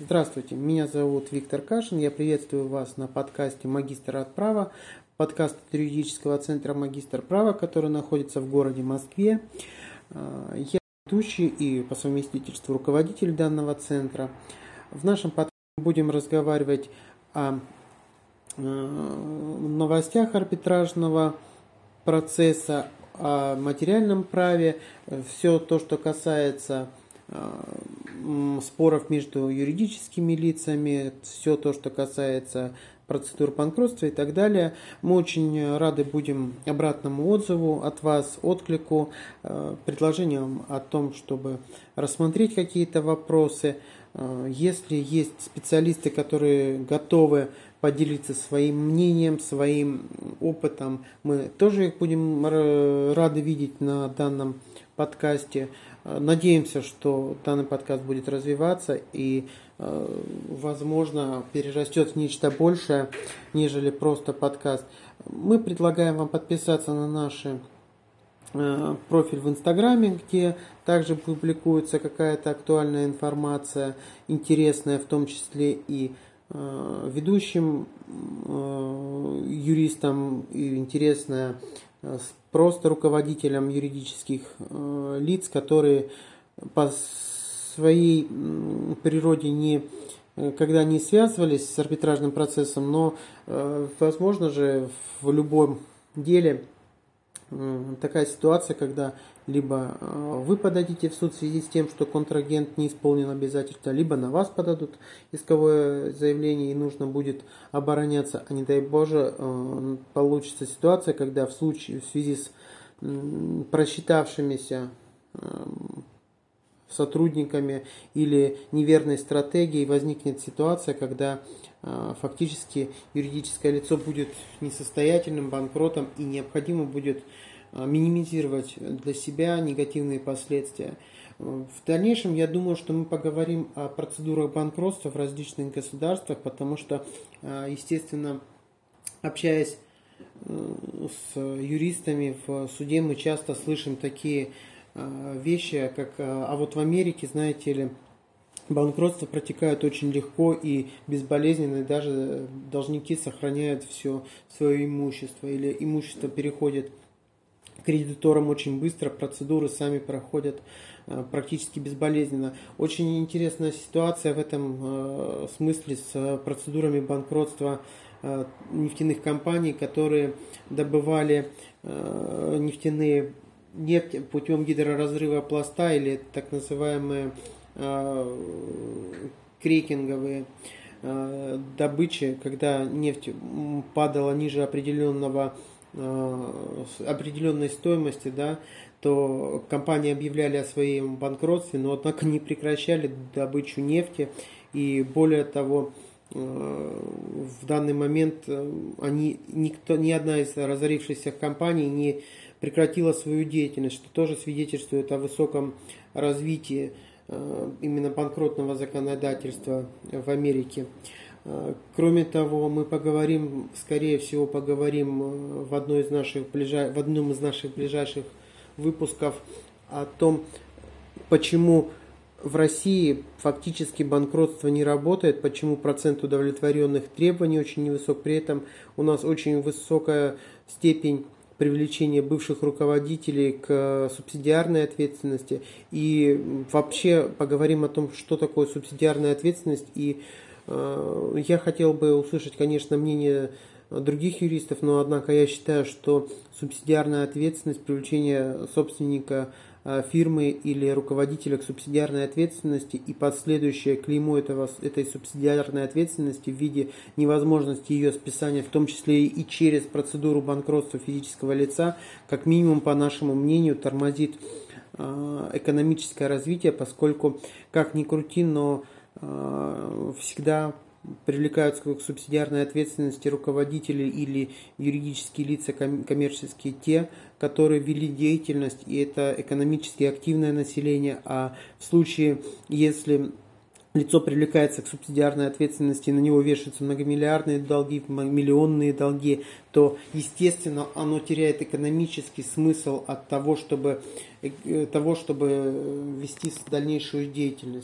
Здравствуйте, меня зовут Виктор Кашин, я приветствую вас на подкасте «Магистр от права», подкаст от юридического центра «Магистр права», который находится в городе Москве. Я ведущий и по совместительству руководитель данного центра. В нашем подкасте мы будем разговаривать о новостях арбитражного процесса, о материальном праве, все то, что касается споров между юридическими лицами, все то, что касается процедур банкротства и так далее. Мы очень рады будем обратному отзыву от вас, отклику, предложениям о том, чтобы рассмотреть какие-то вопросы. Если есть специалисты, которые готовы поделиться своим мнением, своим опытом, мы тоже их будем рады видеть на данном подкасте. Надеемся, что данный подкаст будет развиваться и, возможно, перерастет в нечто большее, нежели просто подкаст. Мы предлагаем вам подписаться на наш профиль в Инстаграме, где также публикуется какая-то актуальная информация, интересная, в том числе и ведущим юристам, и интересная просто руководителям юридических лиц, которые по своей природе никогда не связывались с арбитражным процессом, но, возможно же, в любом деле такая ситуация, когда либо вы подадите в суд в связи с тем, что контрагент не исполнил обязательства, либо на вас подадут исковое заявление и нужно будет обороняться, а не дай Боже получится ситуация, когда в связи с просчитавшимися сотрудниками или неверной стратегией возникнет ситуация, когда фактически юридическое лицо будет несостоятельным, банкротом, и необходимо будет минимизировать для себя негативные последствия. В дальнейшем, я думаю, что мы поговорим о процедурах банкротства в различных государствах, потому что, естественно, общаясь с юристами в суде, мы часто слышим такие вещи, как «а вот в Америке, знаете ли, банкротство протекает очень легко и безболезненно, и даже должники сохраняют все свое имущество, или имущество переходит кредиторам очень быстро, процедуры сами проходят практически безболезненно». Очень интересная ситуация в этом смысле с процедурами банкротства нефтяных компаний, которые добывали нефть путем гидроразрыва пласта, или так называемые крекинговые добычи, когда нефть падала ниже определенной стоимости, да, то компании объявляли о своем банкротстве, но однако не прекращали добычу нефти, и более того, в данный момент ни одна из разорившихся компаний не прекратила свою деятельность, что тоже свидетельствует о высоком развитии именно банкротного законодательства в Америке. Кроме того, мы скорее всего поговорим в одном из наших ближайших выпусков о том, почему в России фактически банкротство не работает, почему процент удовлетворенных требований очень невысок, при этом у нас очень высокая степень привлечения бывших руководителей к субсидиарной ответственности, и вообще поговорим о том, что такое субсидиарная ответственность. И я хотел бы услышать, конечно, мнение других юристов, но однако я считаю, что субсидиарная ответственность, привлечение собственника фирмы или руководителя к субсидиарной ответственности и последующее клеймо этой субсидиарной ответственности в виде невозможности ее списания, в том числе и через процедуру банкротства физического лица, как минимум, по нашему мнению, тормозит экономическое развитие, поскольку, как ни крути, но всегда привлекаются к субсидиарной ответственности руководители или юридические лица коммерческие, те, которые вели деятельность, и это экономически активное население. А в случае, если лицо привлекается к субсидиарной ответственности, на него вешаются многомиллиардные долги, миллионные долги, то, естественно, оно теряет экономический смысл от того, чтобы вести дальнейшую деятельность.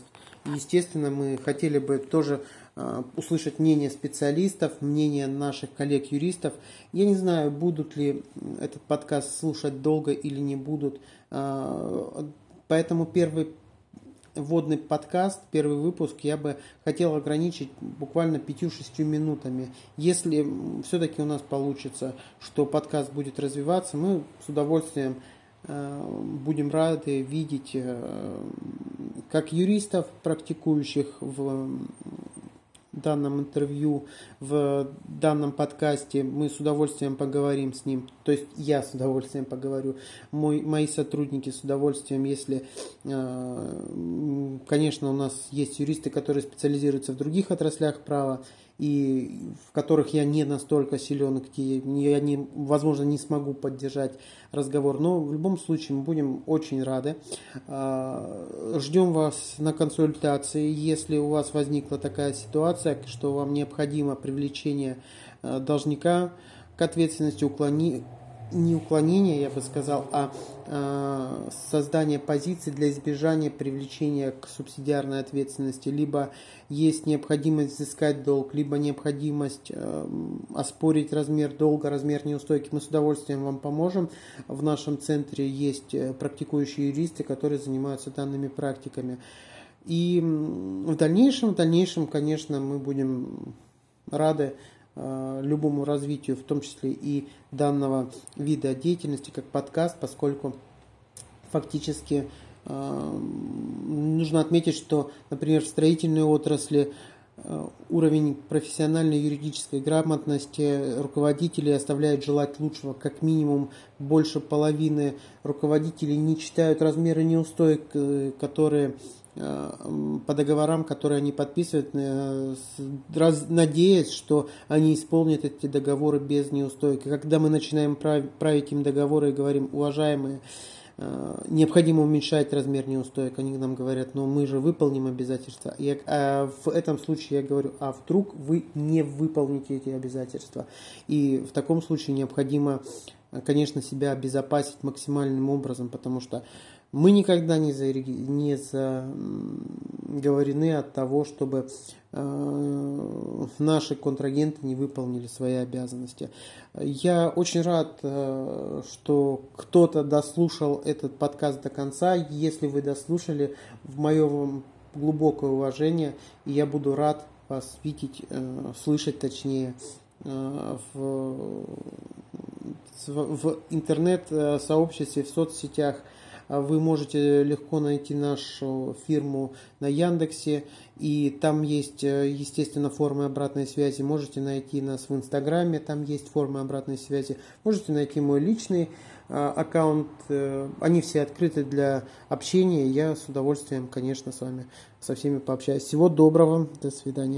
естественно, мы хотели бы тоже услышать мнение специалистов, мнение наших коллег-юристов. Я не знаю, будут ли этот подкаст слушать долго или не будут. Поэтому первый вводный подкаст, первый выпуск я бы хотел ограничить буквально 5-6 минутами. Если все-таки у нас получится, что подкаст будет развиваться, мы с удовольствием будем рады видеть как юристов, практикующих в данном интервью, в данном подкасте. Мы с удовольствием поговорим с ним. То есть я с удовольствием поговорю. Мои сотрудники с удовольствием, если, конечно, у нас есть юристы, которые специализируются в других отраслях права, и в которых я не настолько силен, где я, возможно, не смогу поддержать разговор. Но в любом случае мы будем очень рады. Ждем вас на консультации. Если у вас возникла такая ситуация, что вам необходимо привлечение должника к ответственности, не уклонение, я бы сказал, а создание позиций для избежания привлечения к субсидиарной ответственности, либо есть необходимость взыскать долг, либо необходимость оспорить размер долга, размер неустойки, мы с удовольствием вам поможем. В нашем центре есть практикующие юристы, которые занимаются данными практиками. И в дальнейшем, конечно, мы будем рады любому развитию, в том числе и данного вида деятельности, как подкаст, поскольку фактически нужно отметить, что, например, в строительной отрасли уровень профессиональной юридической грамотности руководителей оставляет желать лучшего. Как минимум, больше половины руководителей не читают размеры неустоек, которые по договорам, которые они подписывают, надеясь, что они исполнят эти договоры без неустойки. Когда мы начинаем править им договоры и говорим: уважаемые, необходимо уменьшать размер неустоек, они нам говорят: но мы же выполним обязательства. В этом случае я говорю: а вдруг вы не выполните эти обязательства? И в таком случае необходимо, конечно, себя обезопасить максимальным образом, потому что мы никогда не заговорены от того, чтобы наши контрагенты не выполнили свои обязанности. Я очень рад, что кто-то дослушал этот подкаст до конца. Если вы дослушали, в мое вам глубокое уважение, и я буду рад вас видеть, слышать точнее, в интернет-сообществе, в соцсетях. Вы можете легко найти нашу фирму на Яндексе, и там есть, естественно, формы обратной связи. Можете найти нас в Инстаграме, там есть формы обратной связи. Можете найти мой личный аккаунт. Они все открыты для общения. Я с удовольствием, конечно, с вами со всеми пообщаюсь. Всего доброго, до свидания.